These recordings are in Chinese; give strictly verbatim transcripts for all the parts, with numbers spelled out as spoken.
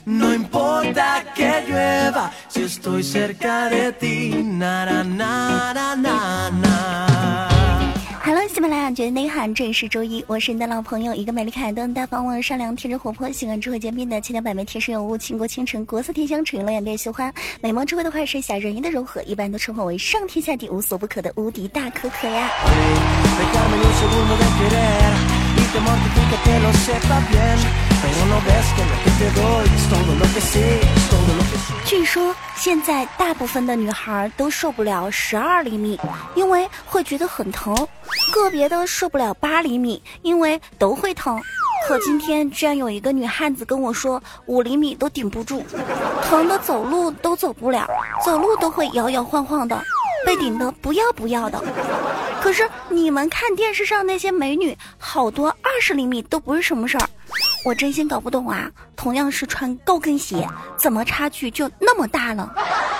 No importa que llueva, si estoy cerca de ti, na na na na na na。Hello， 喜马拉雅觉得内涵，这里是周一，我是你的老朋友，一个美丽可爱的大方、温柔善良、天真活泼、性感智慧兼备的千娇百媚、天生尤物、倾国倾城、国色天香、沉鱼落雁、别秀欢、美貌智慧的坏身侠、人鱼的柔和，一般都称呼为上天下地无所不可的无敌大可可呀。据说现在大部分的女孩都受不了十二厘米，因为会觉得很疼，个别的受不了八厘米，因为都会疼。可今天居然有一个女汉子跟我说五厘米都顶不住，疼的走路都走不了，走路都会摇摇晃晃的，被顶得不要不要的。可是你们看电视上那些美女，好多二十厘米都不是什么事儿，我真心搞不懂啊！同样是穿高跟鞋，怎么差距就那么大了？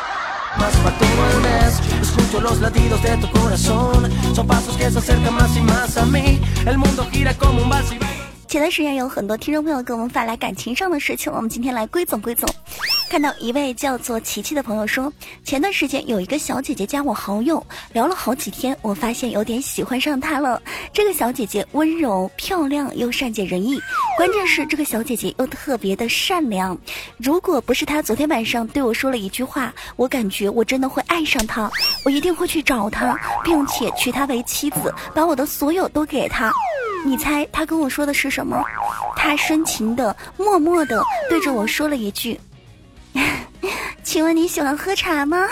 前段时间有很多听众朋友给我们发来感情上的事情，我们今天来归总归总。看到一位叫做琪琪的朋友说，前段时间有一个小姐姐加我好友，聊了好几天，我发现有点喜欢上她了。这个小姐姐温柔漂亮又善解人意，关键是这个小姐姐又特别的善良。如果不是她昨天晚上对我说了一句话，我感觉我真的会爱上她，我一定会去找她，并且娶她为妻子，把我的所有都给她。你猜她跟我说的是什么？她深情的默默的对着我说了一句，请问你喜欢喝茶吗？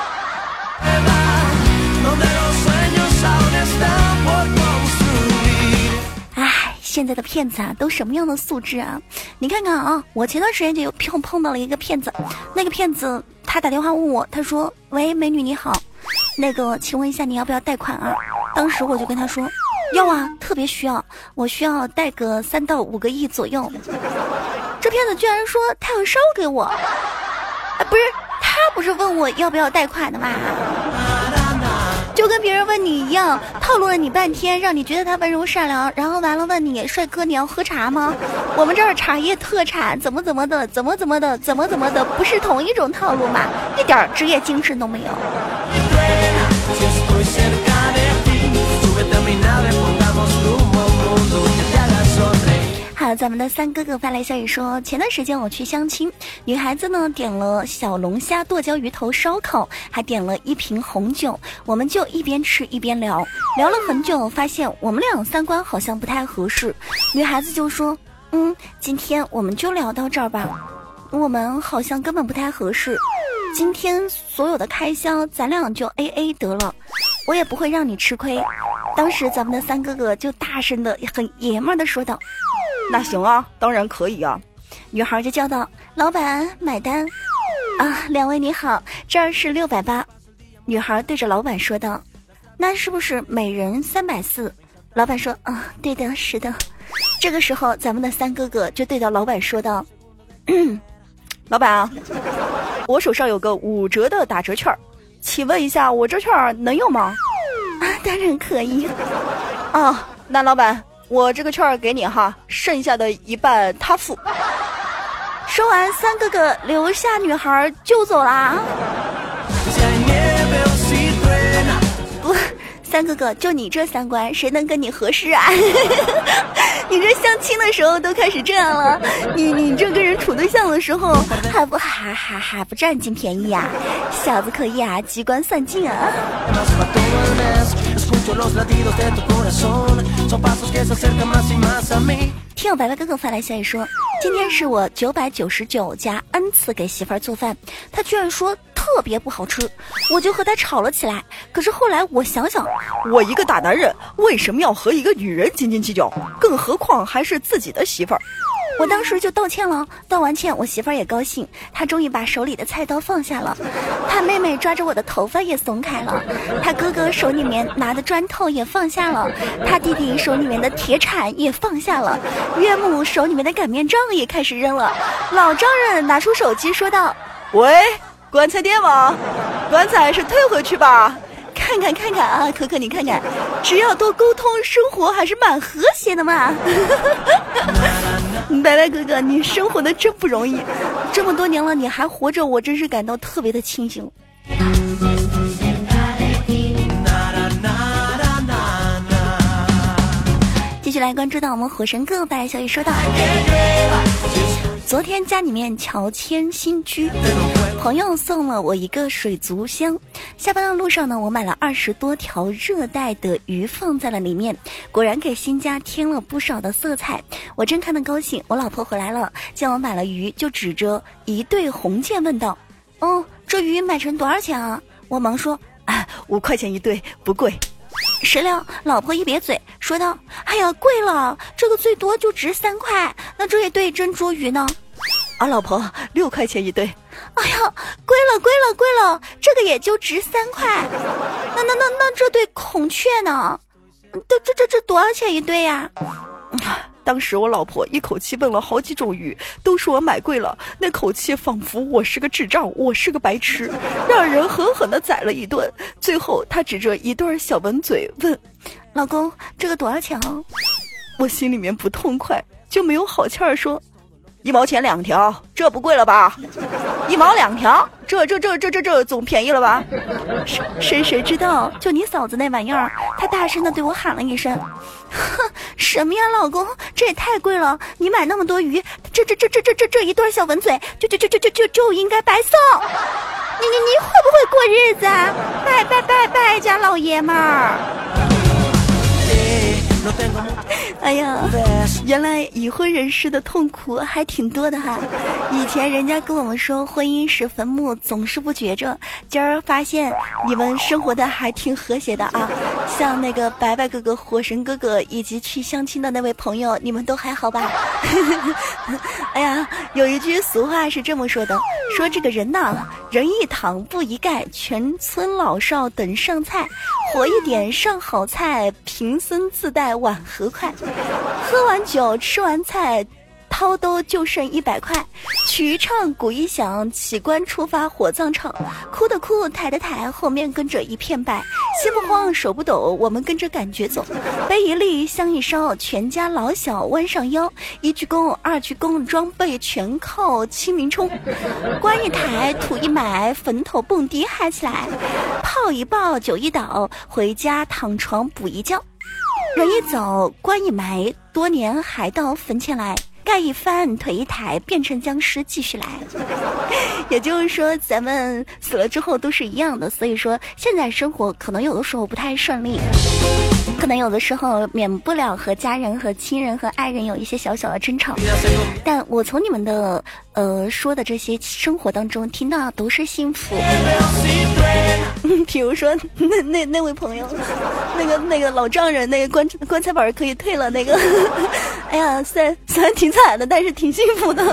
唉，现在的骗子啊，都什么样的素质啊？你看看啊，我前段时间就有碰碰到了一个骗子，那个骗子他打电话问我，他说：“喂，美女你好，那个请问一下你要不要贷款啊？”当时我就跟他说：“要啊，特别需要，我需要贷个三到五个亿左右。”这骗子居然说他要烧给我。啊、不是，他不是问我要不要贷款的吗？就跟别人问你一样，套路了你半天，让你觉得他温柔善良，然后完了问你，帅哥你要喝茶吗？我们这儿茶叶特产，怎么怎么的，怎么怎么的，怎么怎么的，不是同一种套路吗？一点职业精神都没有。好，咱们的三哥哥发来消息说，前段时间我去相亲，女孩子呢点了小龙虾剁椒鱼头烧烤，还点了一瓶红酒，我们就一边吃一边聊，聊了很久，发现我们俩三观好像不太合适。女孩子就说，嗯，今天我们就聊到这儿吧，我们好像根本不太合适，今天所有的开销咱俩就 A A 得了，我也不会让你吃亏。当时咱们的三哥哥就大声的很爷们儿的说道，那行啊，当然可以啊。女孩就叫道，老板买单啊，两位你好，这儿是六百八。女孩对着老板说道，那是不是每人三百四？老板说，啊，对的，是的。这个时候咱们的三哥哥就对着老板说道，老板啊，我手上有个五折的打折券，请问一下我这券能用吗？啊，当然可以。啊，那老板，我这个券给你哈，剩下的一半他付。说完，三哥哥留下女孩就走啦。不，三哥哥，就你这三观，谁能跟你合适啊？你这相亲的时候都开始这样了，你你这跟人处对象的时候还不还还还不占尽便宜啊？小子可以啊，机关算尽啊！听友白白哥哥发来消息说，今天是我九百九十九加 N 次给媳妇儿做饭，他居然说特别不好吃，我就和他吵了起来。可是后来我想想，我一个大男人为什么要和一个女人斤斤计较，更何况还是自己的媳妇儿。我当时就道歉了，道完歉我媳妇儿也高兴，她终于把手里的菜刀放下了，她妹妹抓着我的头发也松开了，她哥哥手里面拿的砖头也放下了，她弟弟手里面的铁铲也放下了，岳母手里面的擀面杖也开始扔了，老丈人拿出手机说道，喂，棺材店吗？棺材是退回去吧。看看看看啊，可可你看看，只要多沟通，生活还是蛮和谐的嘛。 白白哥哥，你生活的真不容易，这么多年了你还活着，我真是感到特别的庆幸。继续来关注到我们火神哥带来消息，说到昨天家里面乔迁新居，朋友送了我一个水族箱，下班的路上呢，我买了二十多条热带的鱼放在了里面，果然给新家添了不少的色彩，我真看得高兴。我老婆回来了，见我买了鱼，就指着一对红箭问道：哦，这鱼买成多少钱啊？我忙说：啊，五块钱一对，不贵。谁料老婆一瘪嘴说道：哎呀，贵了，这个最多就值三块，那这一对珍珠鱼呢？啊，老婆，六块钱一对。哎呀，贵了贵了贵了，这个也就值三块。那那那那这对孔雀呢？这这这这多少钱一对呀？当时我老婆一口气问了好几种鱼，都说我买贵了，那口气仿佛我是个智障，我是个白痴，让人狠狠地宰了一顿。最后她指着一对小吻嘴问：老公，这个多少钱啊？我心里面不痛快，就没有好气儿说：一毛钱两条，这不贵了吧？一毛两条，这这这这这这总便宜了吧？谁谁知道，就你嫂子那玩意儿，她大声的对我喊了一声：哼，什么呀，老公，这也太贵了！你买那么多鱼，这这这这这这这一对小吻嘴，就就就就就就就应该白送。你你你会不会过日子啊？拜拜拜拜家老爷们儿！哎呀，原来已婚人士的痛苦还挺多的哈。以前人家跟我们说婚姻是坟墓，总是不觉着，今儿发现你们生活的还挺和谐的啊。像那个白白哥哥、火神哥哥以及去相亲的那位朋友，你们都还好吧？哎呀，有一句俗话是这么说的，说这个人呐，人一躺不一盖，全村老少等上菜，活一点上好菜，贫僧自带碗和筷，喝完酒吃完菜，掏兜就剩一百块，曲一唱鼓一响，起棺出发火葬场，哭的哭，抬的抬，后面跟着一片白，心不慌手不抖，我们跟着感觉走，背一粒香一烧，全家老小弯上腰，一鞠躬二鞠躬，装备全靠清明冲，棺一抬土一埋，坟头蹦迪嗨起来，炮一爆酒一倒，回家躺床补一觉，人一走棺一埋，多年还到坟前来，盖一翻腿一抬，变成僵尸继续来。也就是说咱们死了之后都是一样的，所以说现在生活可能有的时候不太顺利，可能有的时候免不了和家人和亲人和爱人有一些小小的争吵，但我从你们的呃说的这些生活当中听到都是幸福。比如说那那那位朋友，那个那个老丈人，那个棺棺材板可以退了，那个哎呀，虽然虽然挺惨的，但是挺幸福的。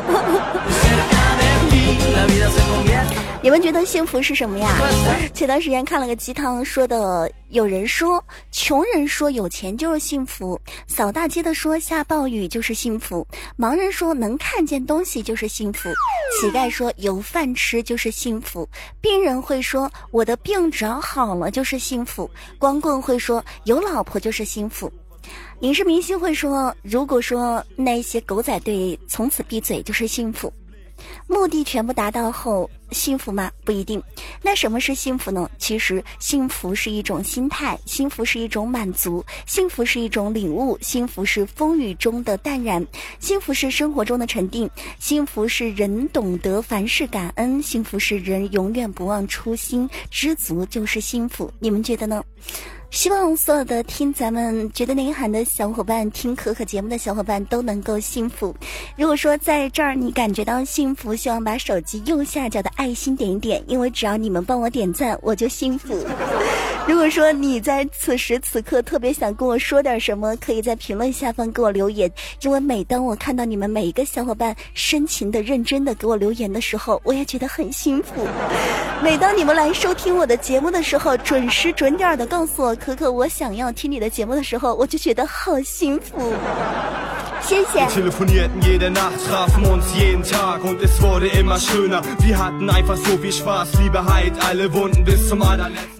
你们觉得幸福是什么呀？前段时间看了个鸡汤，说的有人说穷人说有钱就是幸福，扫大街的说下暴雨就是幸福，盲人说能看见东西就是幸福，乞丐说有饭吃就是幸福，病人会说我的病只要好了就是幸福，光棍会说有老婆就是幸福，影视明星会说如果说那些狗仔队从此闭嘴就是幸福。目的全部达到后，幸福吗？不一定。那什么是幸福呢？其实幸福是一种心态，幸福是一种满足，幸福是一种领悟，幸福是风雨中的淡然，幸福是生活中的沉淀，幸福是人懂得凡事感恩，幸福是人永远不忘初心，知足就是幸福。你们觉得呢？希望所有的听咱们觉得内涵的小伙伴，听可可节目的小伙伴都能够幸福。如果说在这儿你感觉到幸福，希望把手机右下角的爱心点一点，因为只要你们帮我点赞，我就幸福。如果说你在此时此刻特别想跟我说点什么，可以在评论下方给我留言，因为每当我看到你们每一个小伙伴深情的认真的给我留言的时候，我也觉得很幸福。每当你们来收听我的节目的时候，准时准点的告诉我可可我想要听你的节目的时候，我就觉得好幸福。谢谢。 Telefonierten jede Nacht, trafen uns jeden Tag und es wurde immer schöner. Wir hatten einfach so viel Spaß, Liebe heilt alle Wunden bis zum allerletzten.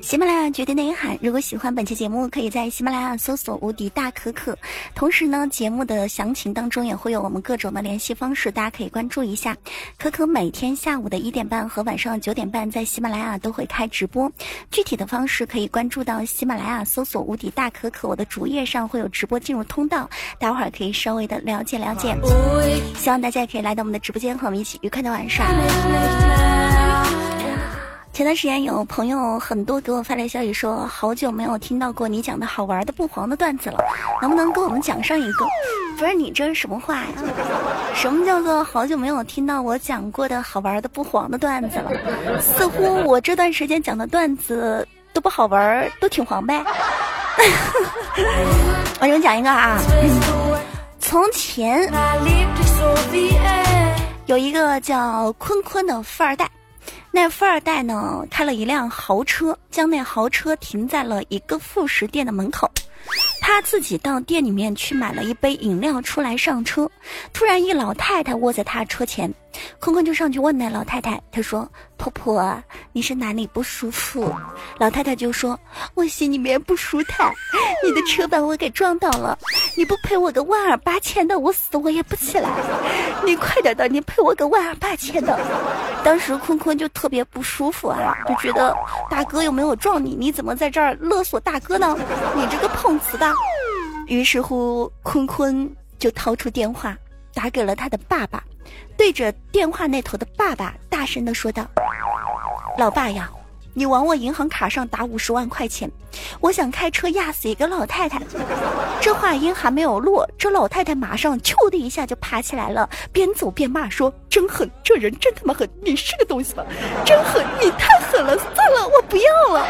喜马拉雅绝对内涵，如果喜欢本期节目，可以在喜马拉雅搜索无敌大可可。同时呢，节目的详情当中也会有我们各种的联系方式，大家可以关注一下。可可每天下午的一点半和晚上九点半在喜马拉雅都会开直播，具体的方式可以关注到喜马拉雅搜索无敌大可可，我的主页上会有直播进入通道，待会儿可以稍微的了解了解。希望大家也可以来到我们的直播间和我们一起愉快的晚上。前段时间有朋友很多给我发来消息说，好久没有听到过你讲的好玩的不黄的段子了，能不能给我们讲上一个？不是你这是什么话呀？什么叫做好久没有听到我讲过的好玩的不黄的段子了？似乎我这段时间讲的段子都不好玩，都挺黄呗。我给你们讲一个啊，从前有一个叫坤坤的富二代，那富二代呢开了一辆豪车，将那豪车停在了一个副食店的门口。他自己到店里面去买了一杯饮料出来上车，突然一老太太卧在他车前，坤坤就上去问那老太太，他说：婆婆，你是哪里不舒服？老太太就说：我心里面不舒坦，你的车把我给撞倒了，你不赔我个万二八千的，我死我也不起来，你快点的，你赔我个万二八千的。当时坤坤就特别不舒服啊，就觉得大哥又没有撞你，你怎么在这儿勒索大哥呢？你这个碰瓷的。于是乎坤坤就掏出电话打给了他的爸爸，对着电话那头的爸爸大声地说道：老爸呀，你往我银行卡上打五十万块钱，我想开车压死一个老太太。这话音还没有落，这老太太马上咻的一下就爬起来了，边走边骂说：真狠，这人真他妈狠，你是个东西吧，真狠，你太狠了，算了，我不要了。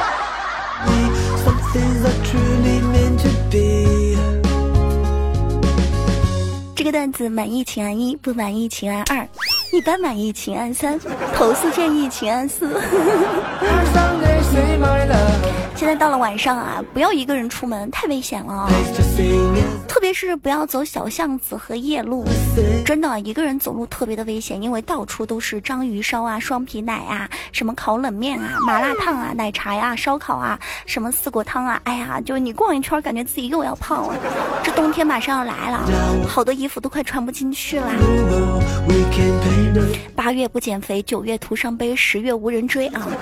这个段子满意请按一，不满意请按二，一般满意请按三，投诉建议请按四。现在到了晚上啊，不要一个人出门，太危险了，特别是不要走小巷子和夜路，真的一个人走路特别的危险，因为到处都是章鱼烧啊、双皮奶啊、什么烤冷面啊、麻辣烫啊、奶茶呀、烧烤啊、什么四果汤啊，哎呀，就是你逛一圈感觉自己又要胖了。这冬天马上要来了，好多衣服都快穿不进去了。八月不减肥，九月徒伤悲，十月无人追啊。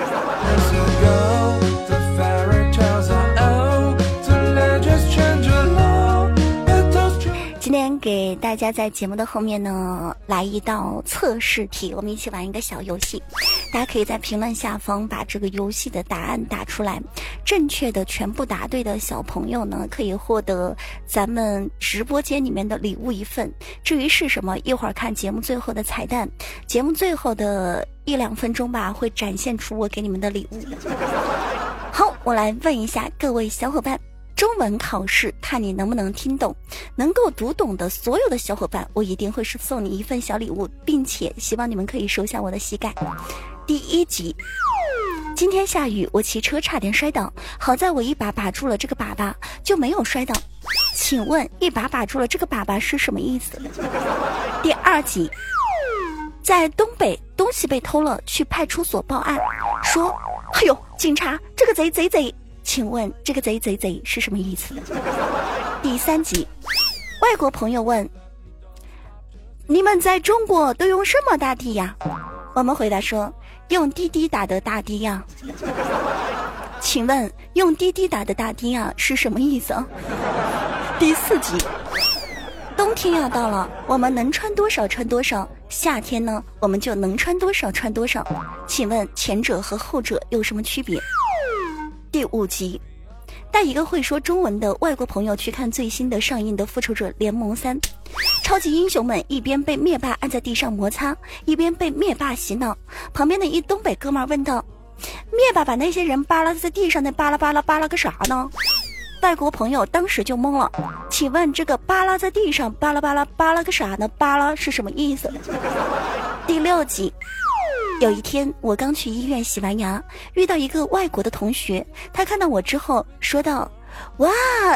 今天给大家在节目的后面呢来一道测试题，我们一起玩一个小游戏，大家可以在评论下方把这个游戏的答案打出来，正确的全部答对的小朋友呢可以获得咱们直播间里面的礼物一份，至于是什么一会儿看节目最后的彩蛋，节目最后的一两分钟吧会展现出我给你们的礼物。好，我来问一下各位小伙伴，中文考试看你能不能听懂，能够读懂的所有的小伙伴，我一定会是送你一份小礼物，并且希望你们可以收下我的膝盖。第一集，今天下雨，我骑车差点摔倒，好在我一把把住了这个粑粑，就没有摔倒。请问一把把住了这个粑粑是什么意思？第二集，在东北东西被偷了，去派出所报案，说：哎呦，警察，这个贼贼贼。请问这个贼贼贼是什么意思？第三集，外国朋友问：你们在中国都用什么打的呀？我们回答说：用滴滴打的打的呀。请问用滴滴打的打的呀是什么意思？第四集，冬天要到了，我们能穿多少穿多少，夏天呢我们就能穿多少穿多少，请问前者和后者有什么区别？第五集，带一个会说中文的外国朋友去看最新的上映的《复仇者联盟三》，超级英雄们一边被灭霸按在地上摩擦，一边被灭霸洗脑。旁边的一东北哥们问道：灭霸把那些人扒拉在地上，那扒拉扒拉扒拉个啥呢？外国朋友当时就懵了，请问这个扒拉在地上扒拉扒拉扒拉个啥呢？扒拉是什么意思？第六集，有一天我刚去医院洗完牙，遇到一个外国的同学，他看到我之后说道：哇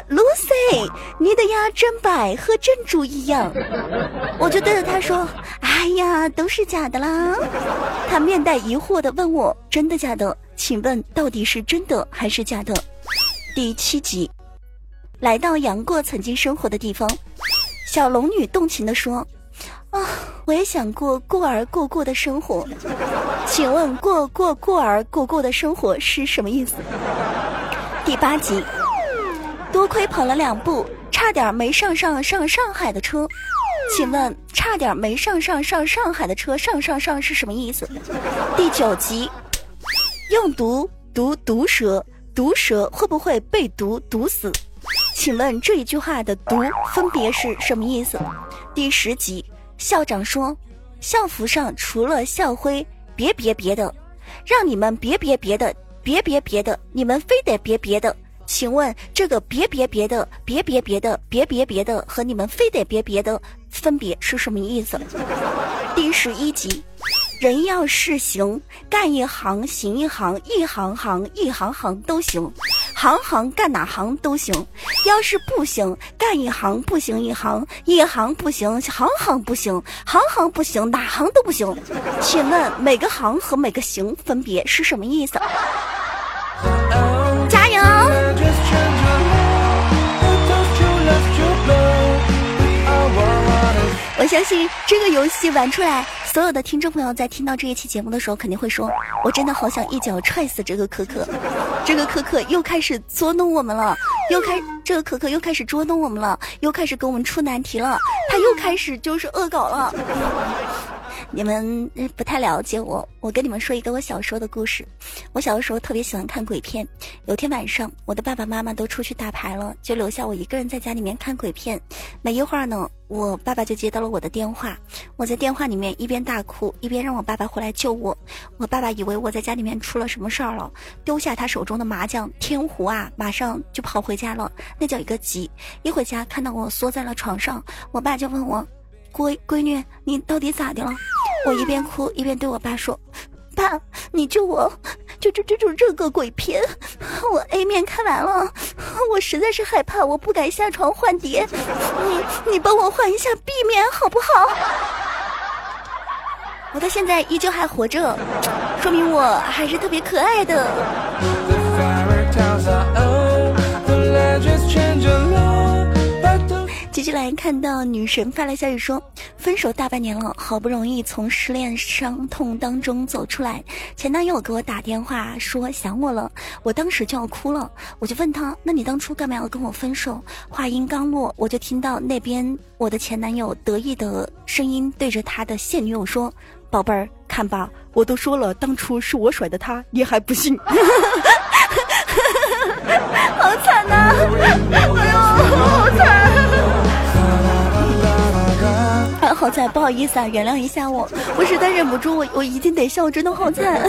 Lucy， 你的牙真白，和珍珠一样。我就对着他说：哎呀，都是假的啦。他面带疑惑地问我：真的假的？ 请问到底是真的还是假的？第七集，来到杨过曾经生活的地方，小龙女动情地说：啊，我也想过过儿过过的生活。请问过过过儿过过的生活是什么意思？第八集，多亏跑了两步，差点没上上上上海的车。请问差点没上上上上海的车上上上是什么意思？第九集，用毒毒毒蛇，毒蛇会不会被毒毒死？请问这一句话的毒分别是什么意思？第十集，校长说校服上除了校徽别别别的，让你们别别别的别别别的，你们非得别别的。请问这个别别别的别别别的别别别的和你们非得别别的分别是什么意思？第十一集，人要是行，干一行行一行，一行行一行行都行，行行干哪行都行。要是不行，干一行不行一行，一行不行行行不行，行行不行哪行都不行。请问每个行和每个行分别是什么意思？加油！我相信这个游戏玩出来，所有的听众朋友在听到这一期节目的时候肯定会说，我真的好想一脚踹死这个可可，这个可可又开始捉弄我们了，又开这个可可又开始捉弄我们了，又开始给我们出难题了，他又开始就是恶搞了。你们不太了解我，我跟你们说一个我小时候的故事。我小的时候特别喜欢看鬼片，有天晚上我的爸爸妈妈都出去打牌了，就留下我一个人在家里面看鬼片。没一会儿呢，我爸爸就接到了我的电话，我在电话里面一边大哭一边让我爸爸回来救我。我爸爸以为我在家里面出了什么事儿了，丢下他手中的麻将天胡啊，马上就跑回家了，那叫一个急。一回家看到我缩在了床上，我爸就问我，闺闺女你到底咋的了？我一边哭一边对我爸说，爸你救我，就就就就这个鬼片，我 A 面看完了，我实在是害怕，我不敢下床换碟，你你帮我换一下 B 面好不好？我到现在依旧还活着，说明我还是特别可爱的。接下来看到女神发来消息说，分手大半年了，好不容易从失恋伤痛当中走出来，前男友给我打电话说想我了，我当时就要哭了，我就问他，那你当初干嘛要跟我分手？话音刚落，我就听到那边我的前男友得意的声音对着他的现女友说，宝贝儿，看吧，我都说了当初是我甩的他，你还不信。好惨呐、啊！哎呦，好惨！啊，好惨，不好意思啊，原谅一下我，我实在忍不住，我我一定得笑，真的好惨。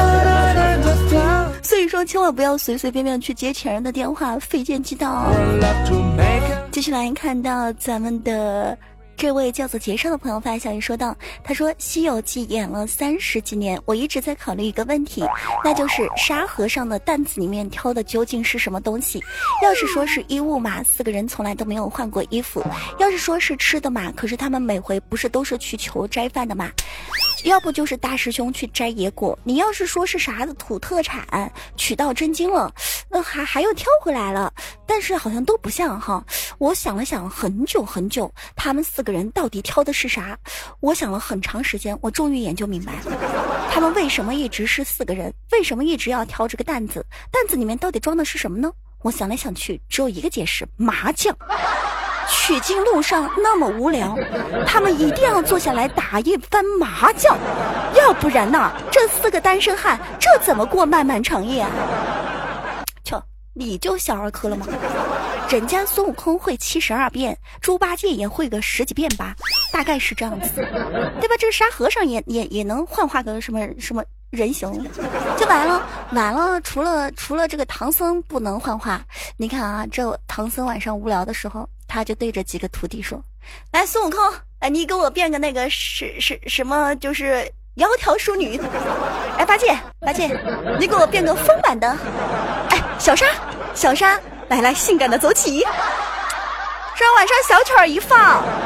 所以说，千万不要随随便便去接前任的电话，非奸即盗。接下来看到咱们的这位叫做杰少的朋友发消息说道，他说西游记演了三十几年，我一直在考虑一个问题，那就是沙和尚的担子里面挑的究竟是什么东西？要是说是衣物嘛，四个人从来都没有换过衣服；要是说是吃的嘛，可是他们每回不是都是去求斋饭的嘛，要不就是大师兄去摘野果，你要是说是啥的土特产取到真经了，那还还又挑回来了，但是好像都不像哈。我想了想很久很久，他们四个人到底挑的是啥？我想了很长时间，我终于研究明白了，他们为什么一直是四个人，为什么一直要挑这个担子，担子里面到底装的是什么呢？我想来想去只有一个解释，麻将。取经路上那么无聊，他们一定要坐下来打一番麻将，要不然呐，这四个单身汉这怎么过漫漫长夜啊？瞧，你就小儿科了吗？人家孙悟空会七十二变，猪八戒也会个十几变吧，大概是这样子，对吧？这沙和尚也也也能幻化个什么什么人形，就完了完了。除了除了这个唐僧不能幻化，你看啊，这唐僧晚上无聊的时候，他就对着几个徒弟说：“来，孙悟空，哎，你给我变个那个是是什么，就是窈窕淑女。哎，八戒八戒，你给我变个丰满的。哎，小沙小沙。”来来，性感的走起！这晚上小曲儿一放，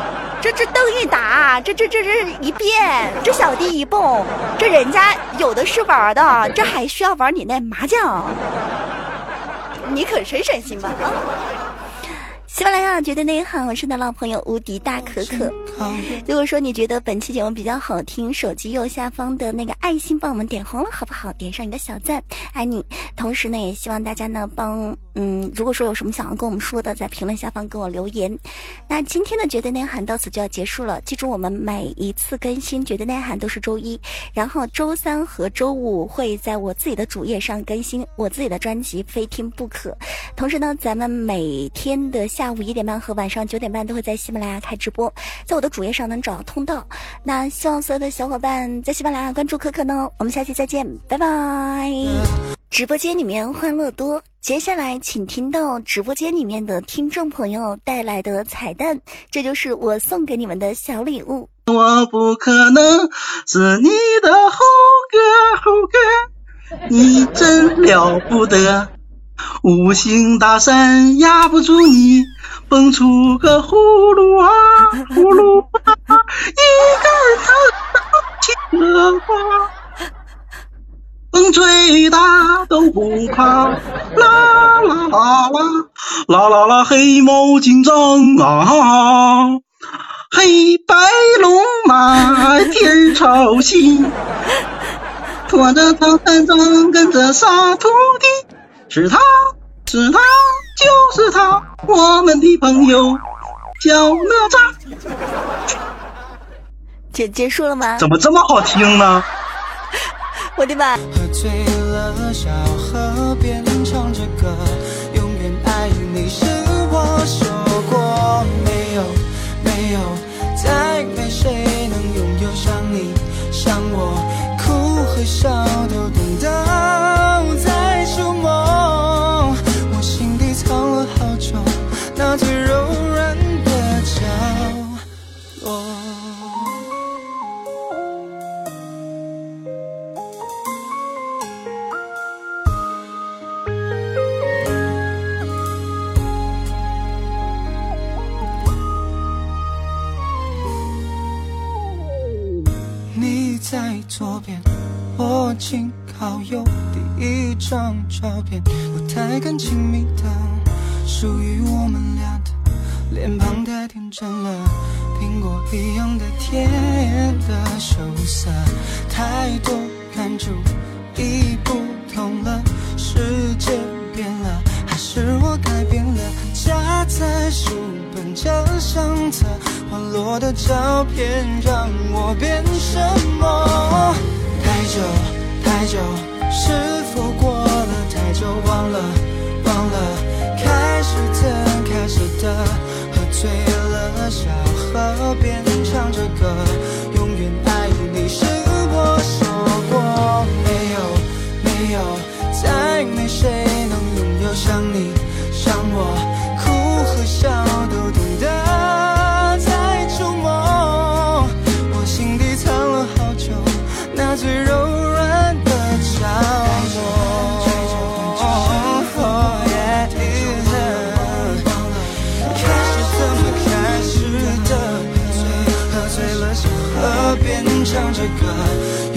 这这灯一打，这这这这一变，这小弟一蹦，这人家有的是玩的，这还需要玩你那麻将？你可省省心吧啊！喜马拉雅觉得内涵，我是你的老朋友无敌大可可。如果说你觉得本期节目比较好听，手机右下方的那个爱心帮我们点红了，好不好？点上你的小赞，爱你。同时呢，也希望大家呢帮嗯，如果说有什么想要跟我们说的，在评论下方跟我留言。那今天的绝对内涵到此就要结束了。记住，我们每一次更新绝对内涵都是周一，然后周三和周五会在我自己的主页上更新我自己的专辑《非听不可》。同时呢，咱们每天的下午一点半和晚上九点半都会在喜马拉雅开直播，在我的主页上能找到通道。那希望所有的小伙伴在喜马拉雅关注可可呢，我们下期再见，拜拜。直播间里面欢乐多，接下来请听到直播间里面的听众朋友带来的彩蛋，这就是我送给你们的小礼物。 我不可能是你的猴哥猴哥，你真了不得，无形大山压不住你，蹦出个葫芦啊葫芦啊，一根藤青了花，风吹大都不怕，啦啦啦啦啦啦啦，黑猫警长啊，黑白龙马天朝西，拖着唐三藏跟着杀徒弟，是他是他就是他，我们的朋友叫哪吒。 结结束了吗？ 怎么这么好听呢？ 我的妈！ 喝醉了小河边唱着歌，永远爱你是我说过，没有没有再没谁能拥有像你像我，哭和笑都懂得在触摸，我心底藏了好久那最柔软的角落。在左边，我紧靠右，第一张照片不太敢亲密的，属于我们俩的，脸庞太天真了，苹果一样的甜的羞涩，太多感触已不同了，世界变了，还是我改变了，夹在书本这相册，滑落的照片让我变什么？太久太久，是否过了太久？忘了忘了，开始的开始的，喝醉了小河边唱着歌，永远爱你是我说过，没有没有再没谁能拥有像你像我，哭和笑都懂得在触摸，我心底藏了好久那最柔软的角落。开始怎么开始的？喝醉了小河边唱着歌。